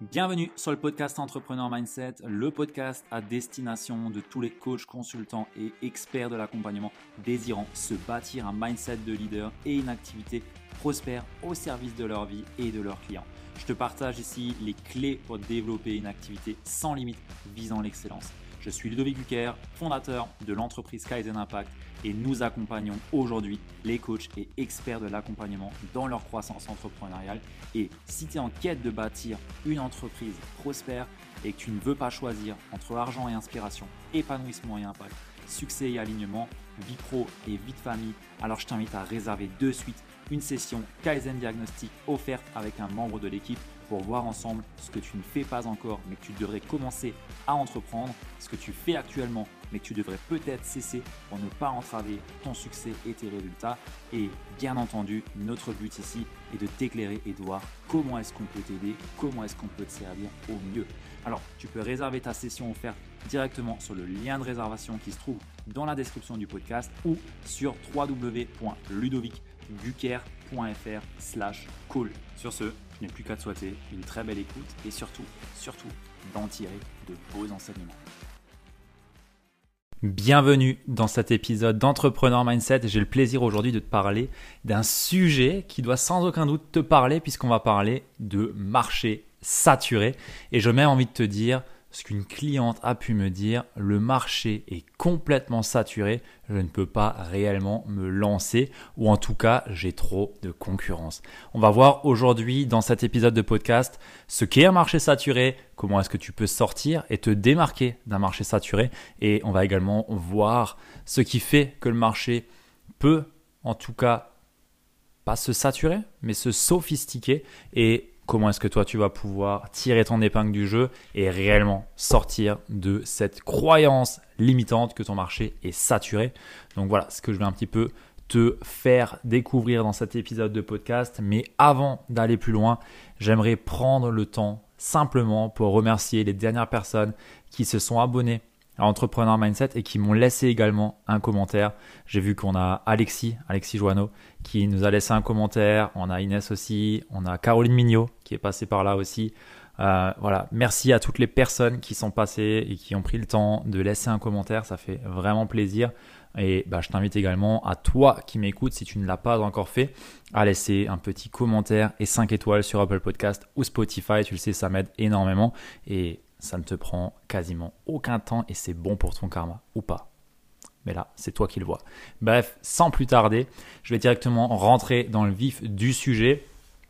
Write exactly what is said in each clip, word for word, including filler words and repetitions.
Bienvenue sur le podcast Entrepreneur Mindset, le podcast à destination de tous les coachs, consultants et experts de l'accompagnement désirant se bâtir un mindset de leader et une activité prospère au service de leur vie et de leurs clients. Je te partage ici les clés pour développer une activité sans limite visant l'excellence. Je suis Ludovic Bucher, fondateur de l'entreprise Kaizen Impact et nous accompagnons aujourd'hui les coachs et experts de l'accompagnement dans leur croissance entrepreneuriale. Et si tu es en quête de bâtir une entreprise prospère et que tu ne veux pas choisir entre argent et inspiration, épanouissement et impact, succès et alignement, vie pro et vie de famille, alors je t'invite à réserver de suite une session Kaizen Diagnostic offerte avec un membre de l'équipe pour voir ensemble ce que tu ne fais pas encore mais que tu devrais commencer à entreprendre, ce que tu fais actuellement mais que tu devrais peut-être cesser pour ne pas entraver ton succès et tes résultats. Et bien entendu, notre but ici est de t'éclairer et de voir comment est-ce qu'on peut t'aider, comment est-ce qu'on peut te servir au mieux. Alors, tu peux réserver ta session offerte directement sur le lien de réservation qui se trouve dans la description du podcast ou sur w w w point ludovic bucher point f r slash call. Sur ce, je n'ai plus qu'à te souhaiter une très belle écoute et surtout, surtout, d'en tirer de beaux enseignements. Bienvenue dans cet épisode d'Entrepreneur Mindset. J'ai le plaisir aujourd'hui de te parler d'un sujet qui doit sans aucun doute te parler puisqu'on va parler de marché saturé. Et j'ai même envie de te dire ce qu'une cliente a pu me dire, le marché est complètement saturé, je ne peux pas réellement me lancer ou en tout cas j'ai trop de concurrence. On va voir aujourd'hui dans cet épisode de podcast ce qu'est un marché saturé, comment est-ce que tu peux sortir et te démarquer d'un marché saturé et on va également voir ce qui fait que le marché peut en tout cas pas se saturer mais se sophistiquer et comment est-ce que toi, tu vas pouvoir tirer ton épingle du jeu et réellement sortir de cette croyance limitante que ton marché est saturé. Donc voilà, ce que je vais un petit peu te faire découvrir dans cet épisode de podcast. Mais avant d'aller plus loin, j'aimerais prendre le temps simplement pour remercier les dernières personnes qui se sont abonnées à Entrepreneur Mindset et qui m'ont laissé également un commentaire. J'ai vu qu'on a Alexis, Alexis Joanneau, qui nous a laissé un commentaire. On a Inès aussi, on a Caroline Mignot qui est passée par là aussi. Euh, voilà, merci à toutes les personnes qui sont passées et qui ont pris le temps de laisser un commentaire. Ça fait vraiment plaisir. Et bah, je t'invite également à toi qui m'écoutes, si tu ne l'as pas encore fait, à laisser un petit commentaire et cinq étoiles sur Apple Podcast ou Spotify. Tu le sais, ça m'aide énormément et ça ne te prend quasiment aucun temps et c'est bon pour ton karma ou pas. Mais là, c'est toi qui le vois. Bref, sans plus tarder, je vais directement rentrer dans le vif du sujet.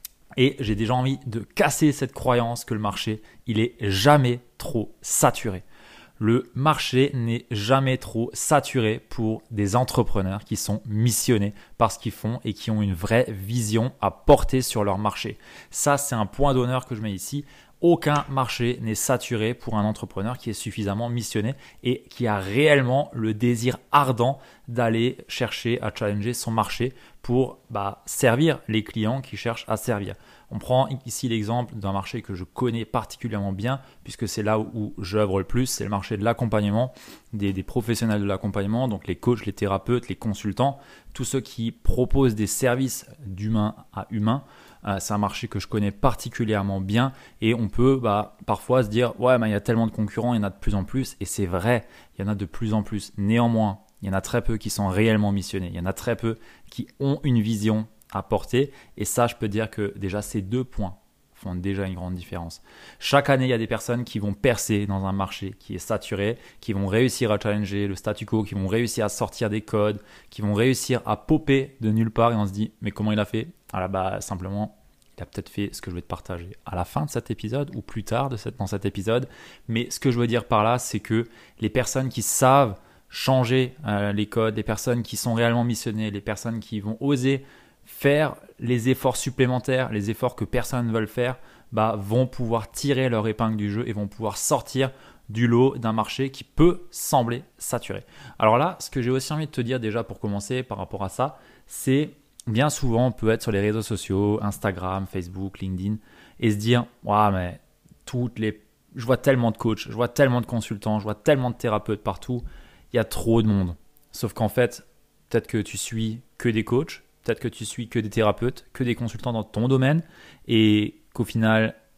Et j'ai déjà envie de casser cette croyance que le marché, il est jamais trop saturé. Le marché n'est jamais trop saturé pour des entrepreneurs qui sont missionnés par ce qu'ils font et qui ont une vraie vision à porter sur leur marché. Ça, c'est un point d'honneur que je mets ici. Aucun marché n'est saturé pour un entrepreneur qui est suffisamment missionné et qui a réellement le désir ardent d'aller chercher à challenger son marché pour bah, servir les clients qui cherchent à servir. On prend ici l'exemple d'un marché que je connais particulièrement bien puisque c'est là où j'œuvre le plus, c'est le marché de l'accompagnement, des, des professionnels de l'accompagnement, donc les coachs, les thérapeutes, les consultants, tous ceux qui proposent des services d'humain à humain. Euh, c'est un marché que je connais particulièrement bien et on peut bah, parfois se dire « ouais, mais il y a tellement de concurrents, il y en a de plus en plus » et c'est vrai, il y en a de plus en plus. Néanmoins, il y en a très peu qui sont réellement missionnés, il y en a très peu qui ont une vision à porter et ça, je peux dire que déjà ces deux points font déjà une grande différence. Chaque année, il y a des personnes qui vont percer dans un marché qui est saturé, qui vont réussir à challenger le statu quo, qui vont réussir à sortir des codes, qui vont réussir à popper de nulle part et on se dit « mais comment il a fait ?» Alors bah, simplement, il a peut-être fait ce que je vais te partager à la fin de cet épisode ou plus tard de cette, dans cet épisode. Mais ce que je veux dire par là, c'est que les personnes qui savent changer euh, les codes, les personnes qui sont réellement missionnées, les personnes qui vont oser faire les efforts supplémentaires, les efforts que personne ne veut faire, bah, vont pouvoir tirer leur épingle du jeu et vont pouvoir sortir du lot d'un marché qui peut sembler saturé. Alors là, ce que j'ai aussi envie de te dire déjà pour commencer par rapport à ça, c'est bien souvent on peut être sur les réseaux sociaux, Instagram, Facebook, LinkedIn et se dire « ouais, mais toutes les... je vois tellement de coachs, je vois tellement de consultants, je vois tellement de thérapeutes partout, il y a trop de monde. » Sauf qu'en fait, peut-être que tu suis que des coachs, peut-être que tu suis que des thérapeutes, que des consultants dans ton domaine et qu'au final,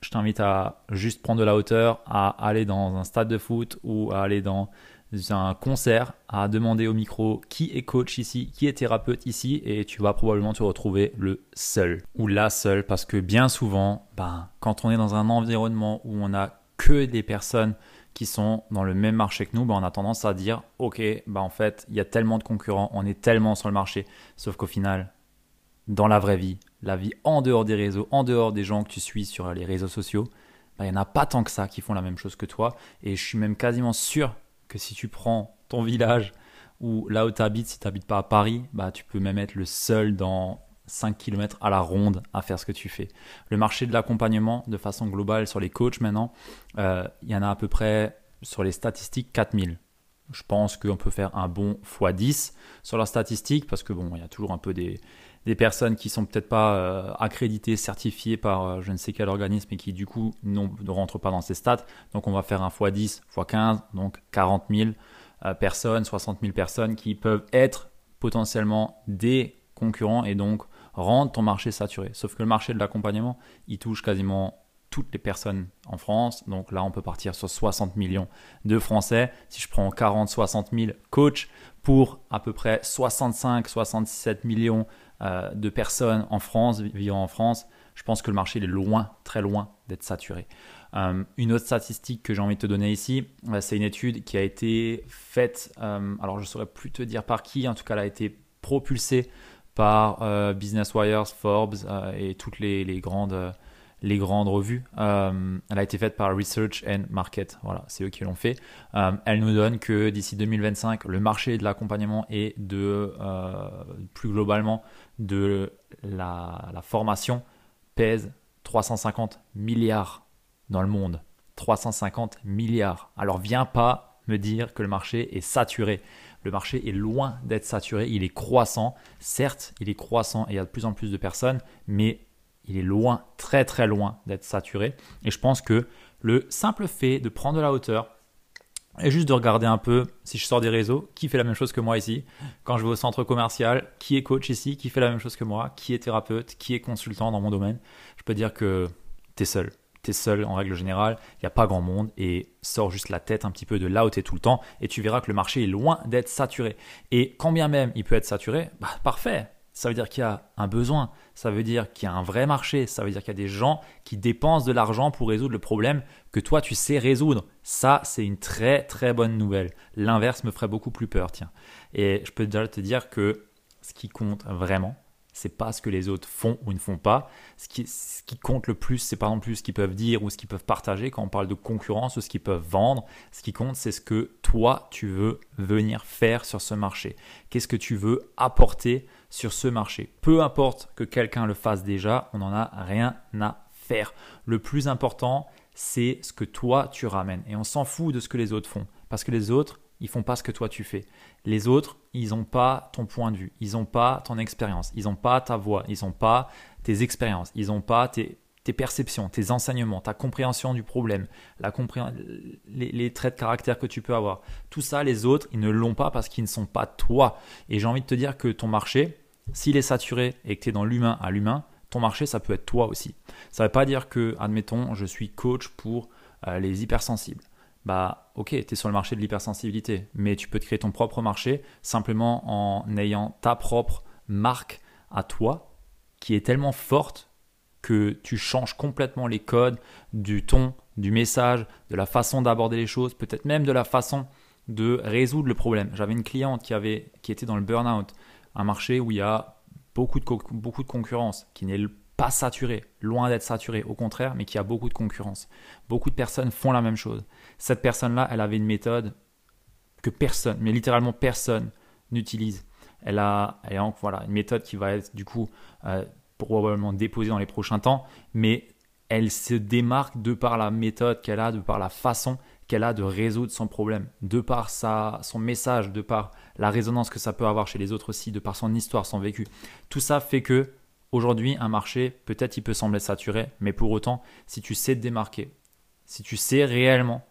je t'invite à juste prendre de la hauteur, à aller dans un stade de foot ou à aller dans un concert, à demander au micro qui est coach ici, qui est thérapeute ici, et tu vas probablement te retrouver le seul ou la seule, parce que bien souvent, ben, quand on est dans un environnement où on n'a que des personnes qui sont dans le même marché que nous, ben, on a tendance à dire ok, ben, en fait, il y a tellement de concurrents, on est tellement sur le marché, sauf qu'au final, dans la vraie vie, la vie en dehors des réseaux, en dehors des gens que tu suis sur les réseaux sociaux, ben, il n'y en a pas tant que ça qui font la même chose que toi, et je suis même quasiment sûr que si tu prends ton village ou là où tu habites, si tu n'habites pas à Paris, bah, tu peux même être le seul dans cinq kilomètres à la ronde à faire ce que tu fais. Le marché de l'accompagnement, de façon globale, sur les coachs maintenant, euh, il y en a à peu près sur les statistiques quatre mille. Je pense qu'on peut faire un bon fois dix sur leurs statistiques parce que bon, il y a toujours un peu des, des personnes qui sont peut-être pas euh, accréditées, certifiées par euh, je ne sais quel organisme et qui du coup non, ne rentrent pas dans ces stats. Donc on va faire un fois dix, fois quinze, donc quarante mille euh, personnes, soixante mille personnes qui peuvent être potentiellement des concurrents et donc rendre ton marché saturé. Sauf que le marché de l'accompagnement, il touche quasiment toutes les personnes en France. Donc là, on peut partir sur soixante millions de Français. Si je prends quarante à soixante mille coachs pour à peu près soixante-cinq à soixante-sept millions euh, de personnes en France, vivant en France, je pense que le marché il est loin, très loin d'être saturé. Euh, une autre statistique que j'ai envie de te donner ici, euh, c'est une étude qui a été faite, euh, alors je ne saurais plus te dire par qui, en tout cas elle a été propulsée par euh, Business Wire, Forbes euh, et toutes les, les grandes... Euh, les grandes revues. Euh, elle a été faite par Research and Market. Voilà, c'est eux qui l'ont fait. Euh, elle nous donne que d'ici deux mille vingt-cinq, le marché de l'accompagnement et de, euh, plus globalement, de la, la formation pèse trois cent cinquante milliards dans le monde. trois cent cinquante milliards. Alors, viens pas me dire que le marché est saturé. Le marché est loin d'être saturé. Il est croissant. Certes, il est croissant et il y a de plus en plus de personnes, mais il est loin, très très loin d'être saturé. Et je pense que le simple fait de prendre de la hauteur et juste de regarder un peu, si je sors des réseaux, qui fait la même chose que moi ici. Quand je vais au centre commercial, qui est coach ici, qui fait la même chose que moi, qui est thérapeute, qui est consultant dans mon domaine. Je peux dire que tu es seul. Tu es seul en règle générale, il n'y a pas grand monde et sors juste la tête un petit peu de là où tu es tout le temps et tu verras que le marché est loin d'être saturé. Et quand bien même il peut être saturé, bah parfait. Ça veut dire qu'il y a un besoin, ça veut dire qu'il y a un vrai marché, ça veut dire qu'il y a des gens qui dépensent de l'argent pour résoudre le problème que toi tu sais résoudre. Ça, c'est une très très bonne nouvelle. L'inverse me ferait beaucoup plus peur, tiens. Et je peux déjà te dire que ce qui compte vraiment, c'est pas ce que les autres font ou ne font pas. Ce qui, ce qui compte le plus, c'est par exemple ce qu'ils peuvent dire ou ce qu'ils peuvent partager quand on parle de concurrence ou ce qu'ils peuvent vendre. Ce qui compte, c'est ce que toi, tu veux venir faire sur ce marché. Qu'est-ce que tu veux apporter sur ce marché? Peu importe que quelqu'un le fasse déjà, on n'en a rien à faire. Le plus important, c'est ce que toi, tu ramènes. Et on s'en fout de ce que les autres font. Parce que les autres, ils font pas ce que toi tu fais. Les autres, ils n'ont pas ton point de vue, ils n'ont pas ton expérience, ils n'ont pas ta voix, ils n'ont pas tes expériences, ils n'ont pas tes, tes perceptions, tes enseignements, ta compréhension du problème, la compré- les, les traits de caractère que tu peux avoir. Tout ça, les autres, ils ne l'ont pas parce qu'ils ne sont pas toi. Et j'ai envie de te dire que ton marché, s'il est saturé et que tu es dans l'humain à l'humain, ton marché, ça peut être toi aussi. Ça ne veut pas dire que, admettons, je suis coach pour euh, les hypersensibles. Bah ok, tu es sur le marché de l'hypersensibilité, mais tu peux te créer ton propre marché simplement en ayant ta propre marque à toi qui est tellement forte que tu changes complètement les codes du ton, du message, de la façon d'aborder les choses, peut-être même de la façon de résoudre le problème. J'avais une cliente qui, avait, qui était dans le burn-out, un marché où il y a beaucoup de, co- beaucoup de concurrence, qui n'est pas saturé, loin d'être saturé, au contraire, mais qui a beaucoup de concurrence. Beaucoup de personnes font la même chose. Cette personne-là, elle avait une méthode que personne, mais littéralement personne, n'utilise. Elle a, elle a voilà, une méthode qui va être du coup euh, probablement déposée dans les prochains temps, mais elle se démarque de par la méthode qu'elle a, de par la façon qu'elle a de résoudre son problème, de par sa, son message, de par la résonance que ça peut avoir chez les autres aussi, de par son histoire, son vécu. Tout ça fait que aujourd'hui, un marché, peut-être il peut sembler saturé, mais pour autant, si tu sais te démarquer, si tu sais réellement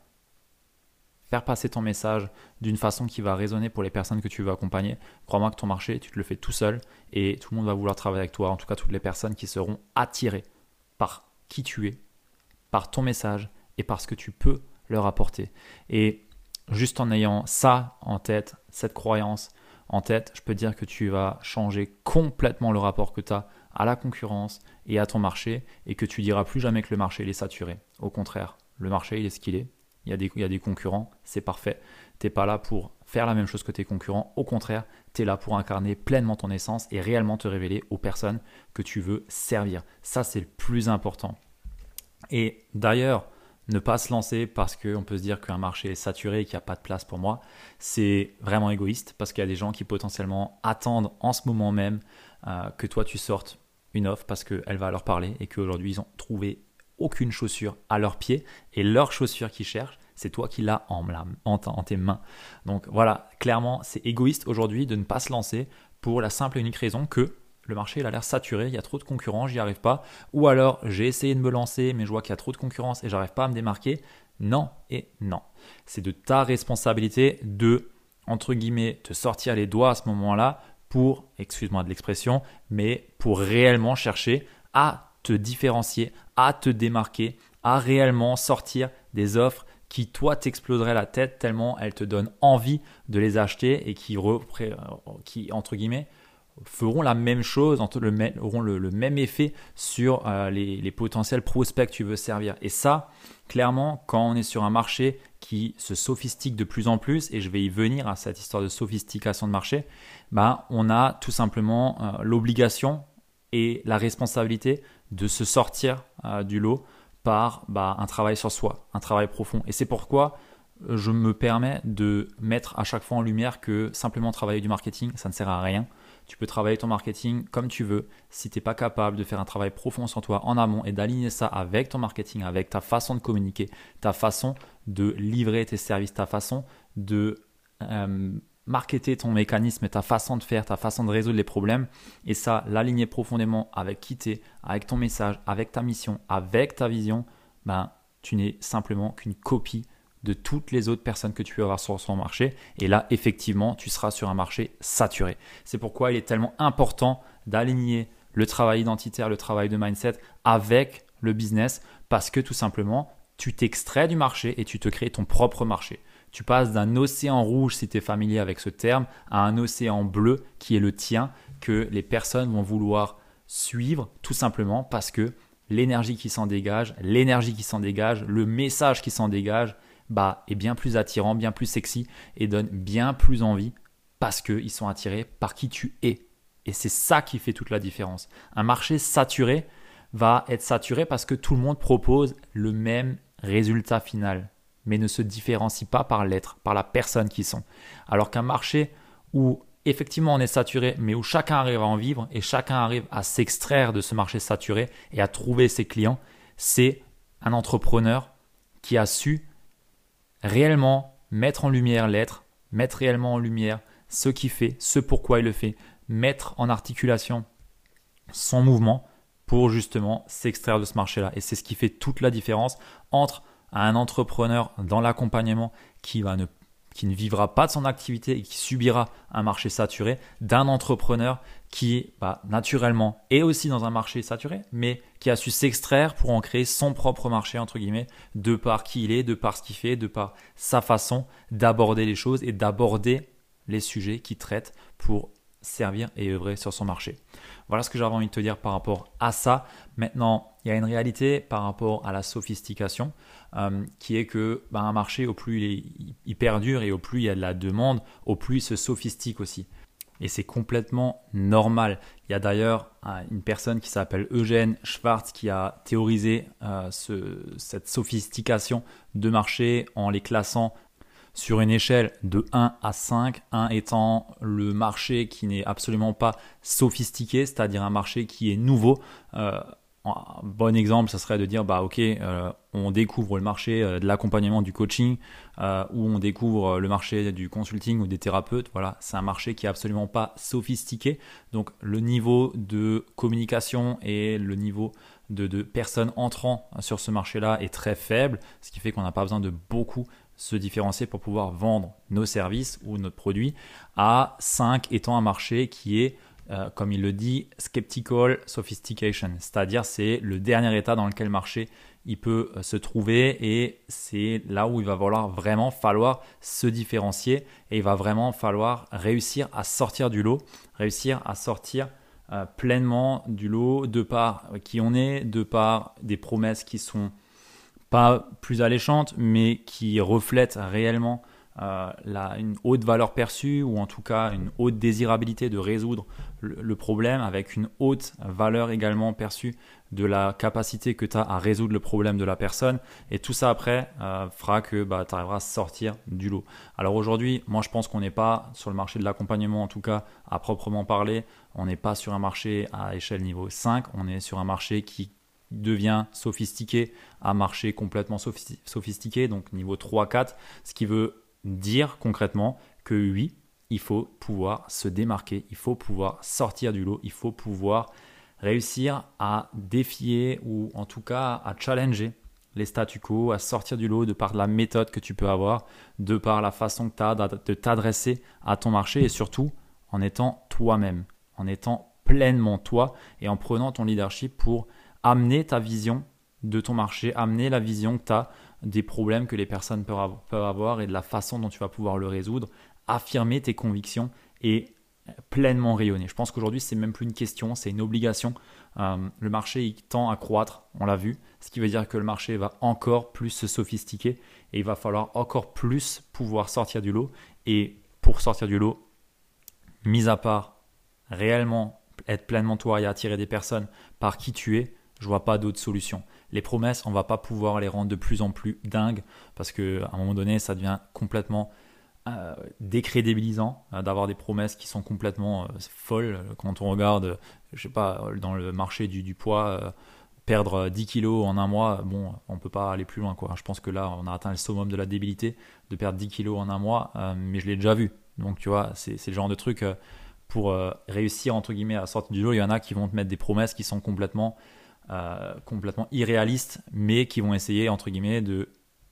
faire passer ton message d'une façon qui va résonner pour les personnes que tu veux accompagner, crois-moi que ton marché, tu te le fais tout seul et tout le monde va vouloir travailler avec toi, en tout cas toutes les personnes qui seront attirées par qui tu es par ton message et par ce que tu peux leur apporter. Et juste en ayant ça en tête, cette croyance en tête, je peux te dire que tu vas changer complètement le rapport que tu as à la concurrence et à ton marché et que tu diras plus jamais que le marché il est saturé. Au contraire, le marché il est ce qu'il est. Il y a des, il y a des concurrents, c'est parfait. Tu n'es pas là pour faire la même chose que tes concurrents. Au contraire, tu es là pour incarner pleinement ton essence et réellement te révéler aux personnes que tu veux servir. Ça, c'est le plus important. Et d'ailleurs, ne pas se lancer parce qu'on peut se dire qu'un marché est saturé et qu'il n'y a pas de place pour moi, c'est vraiment égoïste parce qu'il y a des gens qui potentiellement attendent en ce moment même euh, que toi tu sortes une offre parce qu'elle va leur parler et qu'aujourd'hui ils ont trouvé aucune chaussure à leurs pieds et leur chaussure qu'ils cherchent, c'est toi qui l'as en, en, en tes mains. Donc voilà, clairement c'est égoïste aujourd'hui de ne pas se lancer pour la simple et unique raison que le marché il a l'air saturé, il y a trop de concurrence, j'y arrive pas. Ou alors j'ai essayé de me lancer mais je vois qu'il y a trop de concurrence et j'arrive pas à me démarquer. Non et non. C'est de ta responsabilité de, entre guillemets, te sortir les doigts à ce moment-là pour, excuse-moi de l'expression, mais pour réellement chercher à te différencier, à te démarquer, à réellement sortir des offres qui, toi, t'exploseraient la tête tellement elles te donnent envie de les acheter et qui, qui entre guillemets, feront la même chose, auront le, le même effet sur euh, les, les potentiels prospects que tu veux servir. Et ça, clairement, quand on est sur un marché qui se sophistique de plus en plus, et je vais y venir à cette histoire de sophistication de marché, ben, on a tout simplement euh, l'obligation et la responsabilité de se sortir euh, du lot par bah, un travail sur soi, un travail profond. Et c'est pourquoi je me permets de mettre à chaque fois en lumière que simplement travailler du marketing, ça ne sert à rien. Tu peux travailler ton marketing comme tu veux. Si tu n'es pas capable de faire un travail profond sur toi en amont et d'aligner ça avec ton marketing, avec ta façon de communiquer, ta façon de livrer tes services, ta façon de euh, marketer ton mécanisme et ta façon de faire, ta façon de résoudre les problèmes, et ça, l'aligner profondément avec qui tu es, avec ton message, avec ta mission, avec ta vision, ben, tu n'es simplement qu'une copie de toutes les autres personnes que tu peux avoir sur son marché. Et là, effectivement, tu seras sur un marché saturé. C'est pourquoi il est tellement important d'aligner le travail identitaire, le travail de mindset avec le business parce que tout simplement, tu t'extrais du marché et tu te crées ton propre marché. Tu passes d'un océan rouge, si tu es familier avec ce terme, à un océan bleu qui est le tien, que les personnes vont vouloir suivre tout simplement parce que l'énergie qui s'en dégage, l'énergie qui s'en dégage, le message qui s'en dégage, bah, est bien plus attirant, bien plus sexy et donne bien plus envie parce qu'ils sont attirés par qui tu es. Et c'est ça qui fait toute la différence. Un marché saturé va être saturé parce que tout le monde propose le même résultat final, mais ne se différencie pas par l'être, par la personne qu'ils sont. Alors qu'un marché où effectivement on est saturé, mais où chacun arrive à en vivre et chacun arrive à s'extraire de ce marché saturé et à trouver ses clients, c'est un entrepreneur qui a su réellement mettre en lumière l'être, mettre réellement en lumière ce qu'il fait, ce pourquoi il le fait, mettre en articulation son mouvement pour justement s'extraire de ce marché-là. Et c'est ce qui fait toute la différence entre un entrepreneur dans l'accompagnement qui va ne qui ne vivra pas de son activité et qui subira un marché saturé, d'un entrepreneur qui bah, naturellement est aussi dans un marché saturé, mais qui a su s'extraire pour en créer son propre marché, entre guillemets, de par qui il est, de par ce qu'il fait, de par sa façon d'aborder les choses et d'aborder les sujets qu'il traite pour servir et œuvrer sur son marché. Voilà ce que j'avais envie de te dire par rapport à ça. Maintenant, il y a une réalité par rapport à la sophistication euh, qui est que bah, un marché, au plus il, est, il perdure et au plus il y a de la demande, au plus il se sophistique aussi. Et c'est complètement normal. Il y a d'ailleurs une personne qui s'appelle Eugène Schwartz qui a théorisé euh, ce, cette sophistication de marché en les classant sur une échelle de un à cinq, un étant le marché qui n'est absolument pas sophistiqué, c'est-à-dire un marché qui est nouveau. Euh, un bon exemple, ça serait de dire, bah ok, euh, on découvre le marché euh, de l'accompagnement, du coaching, euh, ou on découvre le marché du consulting ou des thérapeutes. Voilà, c'est un marché qui est absolument pas sophistiqué. Donc le niveau de communication et le niveau de, de personnes entrant sur ce marché-là est très faible, ce qui fait qu'on n'a pas besoin de beaucoup se différencier pour pouvoir vendre nos services ou notre produit. À cinq étant un marché qui est euh, comme il le dit, skeptical sophistication, c'est-à-dire c'est le dernier état dans lequel le marché il peut se trouver et c'est là où il va falloir vraiment falloir se différencier et il va vraiment falloir réussir à sortir du lot, réussir à sortir euh, pleinement du lot de par qui on est, de par des promesses qui sont pas plus alléchantes mais qui reflètent réellement euh, la, une haute valeur perçue ou en tout cas une haute désirabilité de résoudre le, le problème avec une haute valeur également perçue de la capacité que tu as à résoudre le problème de la personne et tout ça après euh, fera que bah, tu arriveras à sortir du lot. Alors aujourd'hui, moi je pense qu'on n'est pas sur le marché de l'accompagnement en tout cas à proprement parler, on n'est pas sur un marché à échelle niveau cinq, on est sur un marché qui devient sophistiqué à marché complètement sophistiqué, donc niveau trois quatre, ce qui veut dire concrètement que oui, il faut pouvoir se démarquer, il faut pouvoir sortir du lot, il faut pouvoir réussir à défier ou en tout cas à challenger les statu quo, à sortir du lot de par la méthode que tu peux avoir, de par la façon que tu as de t'adresser à ton marché et surtout en étant toi-même, en étant pleinement toi et en prenant ton leadership pour amener ta vision de ton marché, amener la vision que tu as des problèmes que les personnes peuvent avoir et de la façon dont tu vas pouvoir le résoudre, affirmer tes convictions et pleinement rayonner. Je pense qu'aujourd'hui, c'est même plus une question, c'est une obligation. Euh, le marché il tend à croître, on l'a vu, ce qui veut dire que le marché va encore plus se sophistiquer et il va falloir encore plus pouvoir sortir du lot. Et pour sortir du lot, mis à part réellement être pleinement toi et attirer des personnes par qui tu es, je vois pas d'autre solution. Les promesses, on va pas pouvoir les rendre de plus en plus dingues parce qu'à un moment donné, ça devient complètement euh, décrédibilisant euh, d'avoir des promesses qui sont complètement euh, folles. Quand on regarde, euh, je sais pas, dans le marché du, du poids, euh, perdre dix kilos en un mois, bon, on peut pas aller plus loin, quoi. Je pense que là, on a atteint le summum de la débilité de perdre dix kilos en un mois, euh, mais je l'ai déjà vu. Donc, tu vois, c'est, c'est le genre de truc euh, pour euh, réussir, entre guillemets, à sortir du lot. Il y en a qui vont te mettre des promesses qui sont complètement Euh, complètement irréalistes, mais qui vont essayer entre guillemets de,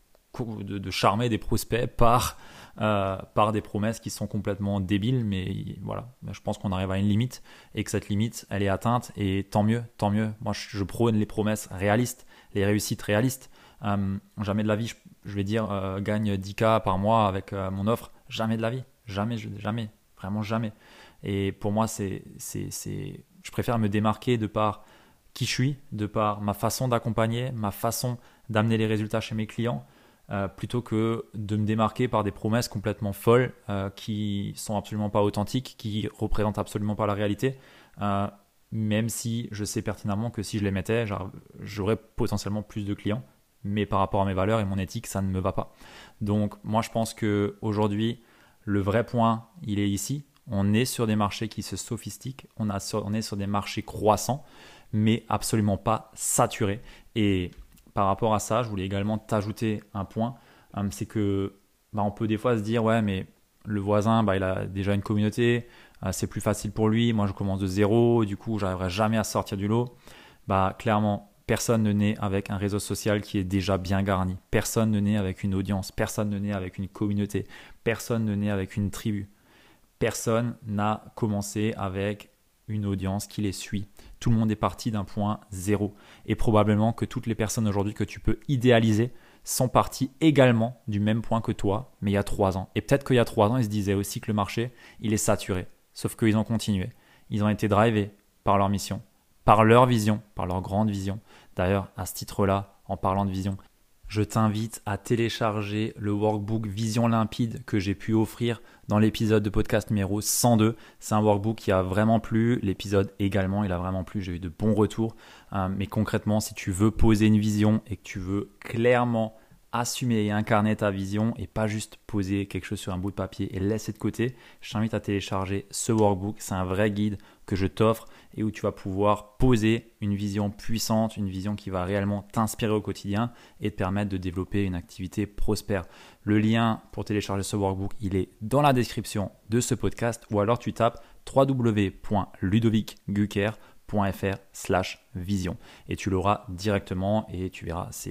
de, de charmer des prospects par, euh, par des promesses qui sont complètement débiles, mais voilà, je pense qu'on arrive à une limite et que cette limite elle est atteinte et tant mieux, tant mieux. Moi je, je prône les promesses réalistes, les réussites réalistes. Euh, jamais de la vie je, je vais dire euh, gagne dix K par mois avec euh, mon offre, jamais de la vie, jamais, jamais, vraiment jamais. Et pour moi c'est, c'est, c'est, je préfère me démarquer de par qui je suis, de par ma façon d'accompagner, ma façon d'amener les résultats chez mes clients, euh, plutôt que de me démarquer par des promesses complètement folles euh, qui sont absolument pas authentiques, qui représentent absolument pas la réalité, euh, même si je sais pertinemment que si je les mettais, genre, j'aurais potentiellement plus de clients, mais par rapport à mes valeurs et mon éthique, ça ne me va pas. Donc moi je pense qu'aujourd'hui, le vrai point, il est ici. On est sur des marchés qui se sophistiquent, on, a sur, on est sur des marchés croissants, mais absolument pas saturé. Et par rapport à ça, je voulais également t'ajouter un point, euh, c'est que bah, on peut des fois se dire ouais mais le voisin bah, il a déjà une communauté, euh, c'est plus facile pour lui, moi je commence de zéro, du coup j'arriverai jamais à sortir du lot. Bah clairement personne ne naît avec un réseau social qui est déjà bien garni, personne ne naît avec une audience, personne ne naît avec une communauté, personne ne naît avec une tribu, personne n'a commencé avec une audience qui les suit. Tout le monde est parti d'un point zéro. Et probablement que toutes les personnes aujourd'hui que tu peux idéaliser sont parties également du même point que toi, mais il y a trois ans. Et peut-être qu'il y a trois ans, ils se disaient aussi que le marché, il est saturé. Sauf qu'ils ont continué. Ils ont été drivés par leur mission, par leur vision, par leur grande vision. D'ailleurs, à ce titre-là, en parlant de vision, je t'invite à télécharger le workbook Vision Limpide que j'ai pu offrir dans l'épisode de podcast numéro cent deux. C'est un workbook qui a vraiment plu. L'épisode également, il a vraiment plu. J'ai eu de bons retours. Euh, mais concrètement, si tu veux poser une vision et que tu veux clairement assumer et incarner ta vision et pas juste poser quelque chose sur un bout de papier et laisser de côté, je t'invite à télécharger ce workbook. C'est un vrai guide que je t'offre et où tu vas pouvoir poser une vision puissante, une vision qui va réellement t'inspirer au quotidien et te permettre de développer une activité prospère. Le lien pour télécharger ce workbook, il est dans la description de ce podcast ou alors tu tapes w w w point ludovic gucker point f r slash vision et tu l'auras directement et tu verras, c'est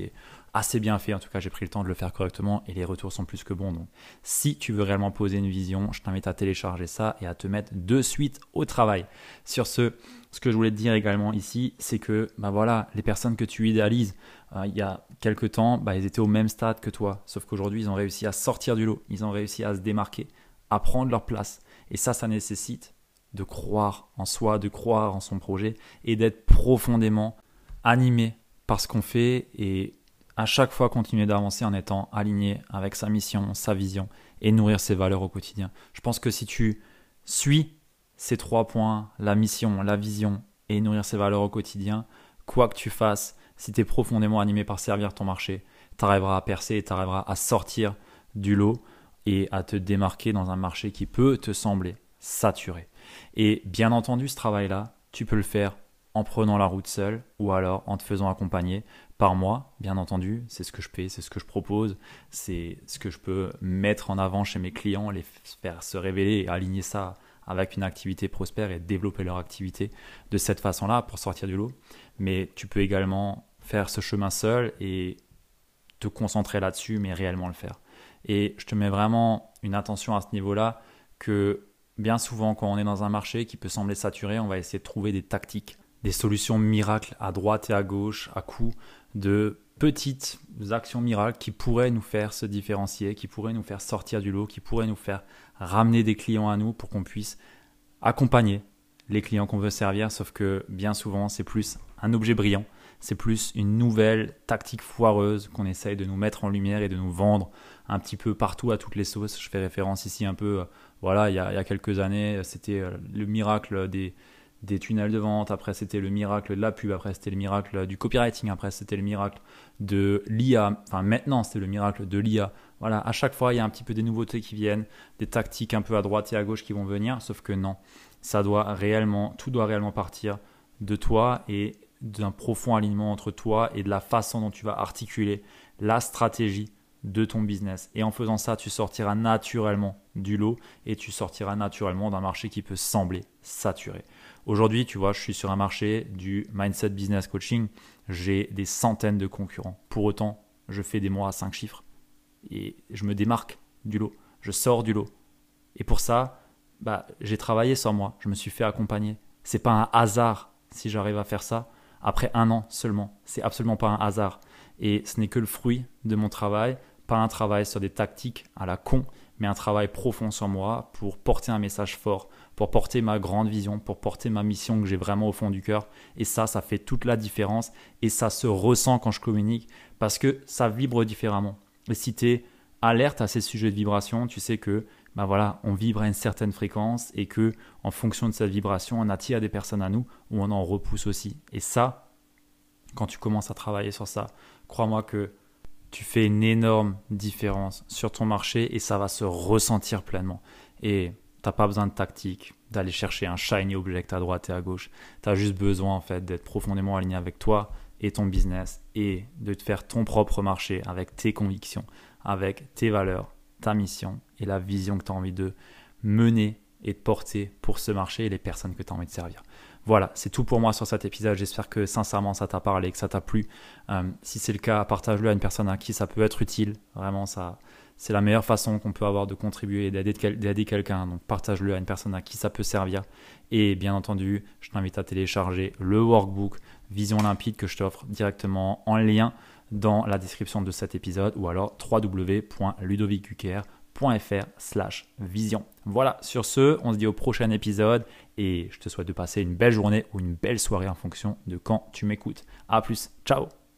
assez bien fait. En tout cas, j'ai pris le temps de le faire correctement et les retours sont plus que bons. Donc, si tu veux réellement poser une vision, je t'invite à télécharger ça et à te mettre de suite au travail. Sur ce, ce que je voulais te dire également ici, c'est que bah voilà, les personnes que tu idéalises, euh, il y a quelques temps, bah, ils étaient au même stade que toi. Sauf qu'aujourd'hui, ils ont réussi à sortir du lot, ils ont réussi à se démarquer, à prendre leur place. Et ça, ça nécessite de croire en soi, de croire en son projet et d'être profondément animé par ce qu'on fait et à chaque fois continuer d'avancer en étant aligné avec sa mission, sa vision et nourrir ses valeurs au quotidien. Je pense que si tu suis ces trois points, la mission, la vision et nourrir ses valeurs au quotidien, quoi que tu fasses, si tu es profondément animé par servir ton marché, tu arriveras à percer et tu arriveras à sortir du lot et à te démarquer dans un marché qui peut te sembler saturé. Et bien entendu, ce travail-là, tu peux le faire en prenant la route seul ou alors en te faisant accompagner par moi, bien entendu. C'est ce que je fais, c'est ce que je propose, c'est ce que je peux mettre en avant chez mes clients, les faire se révéler et aligner ça avec une activité prospère et développer leur activité de cette façon-là pour sortir du lot. Mais tu peux également faire ce chemin seul et te concentrer là-dessus, mais réellement le faire. Et je te mets vraiment une attention à ce niveau-là que bien souvent, quand on est dans un marché qui peut sembler saturé, on va essayer de trouver des tactiques, des solutions miracles à droite et à gauche, à coup de petites actions miracles qui pourraient nous faire se différencier, qui pourraient nous faire sortir du lot, qui pourraient nous faire ramener des clients à nous pour qu'on puisse accompagner les clients qu'on veut servir. Sauf que bien souvent, c'est plus un objet brillant, c'est plus une nouvelle tactique foireuse qu'on essaye de nous mettre en lumière et de nous vendre un petit peu partout à toutes les sauces. Je fais référence ici un peu, voilà, il y a, il y a quelques années, c'était le miracle des, des tunnels de vente, après c'était le miracle de la pub, après c'était le miracle du copywriting, après c'était le miracle de l'I A, enfin maintenant c'est le miracle de l'I A. Voilà, à chaque fois il y a un petit peu des nouveautés qui viennent, des tactiques un peu à droite et à gauche qui vont venir, sauf que non, ça doit réellement, tout doit réellement partir de toi et d'un profond alignement entre toi et de la façon dont tu vas articuler la stratégie de ton business. Et en faisant ça, tu sortiras naturellement du lot et tu sortiras naturellement d'un marché qui peut sembler saturé. Aujourd'hui, tu vois, je suis sur un marché du Mindset Business Coaching. J'ai des centaines de concurrents. Pour autant, je fais des mois à cinq chiffres et je me démarque du lot. Je sors du lot. Et pour ça, bah, j'ai travaillé sur moi. Je me suis fait accompagner. C'est pas un hasard si j'arrive à faire ça après un an seulement. C'est absolument pas un hasard. Et ce n'est que le fruit de mon travail, pas un travail sur des tactiques à la con, mais un travail profond sur moi pour porter un message fort, pour porter ma grande vision, pour porter ma mission que j'ai vraiment au fond du cœur. Et ça, ça fait toute la différence et ça se ressent quand je communique parce que ça vibre différemment. Et si tu es alerte à ces sujets de vibration, tu sais que ben voilà, on vibre à une certaine fréquence et que en fonction de cette vibration, on attire des personnes à nous ou on en repousse aussi. Et ça, quand tu commences à travailler sur ça, crois-moi que tu fais une énorme différence sur ton marché et ça va se ressentir pleinement. Et tu n'as pas besoin de tactique, d'aller chercher un shiny object à droite et à gauche. Tu as juste besoin en fait d'être profondément aligné avec toi et ton business et de te faire ton propre marché avec tes convictions, avec tes valeurs, ta mission et la vision que tu as envie de mener et de porter pour ce marché et les personnes que tu as envie de servir. Voilà, c'est tout pour moi sur cet épisode. J'espère que sincèrement ça t'a parlé, que ça t'a plu. Euh, si c'est le cas, partage-le à une personne à qui ça peut être utile. Vraiment, ça, c'est la meilleure façon qu'on peut avoir de contribuer et d'aider, d'aider quelqu'un. Donc partage-le à une personne à qui ça peut servir. Et bien entendu, je t'invite à télécharger le workbook Vision limpide que je t'offre directement en lien dans la description de cet épisode ou alors w w w point ludovic bucker point f r slash vision. Voilà, sur ce, on se dit au prochain épisode et je te souhaite de passer une belle journée ou une belle soirée en fonction de quand tu m'écoutes. À plus, ciao.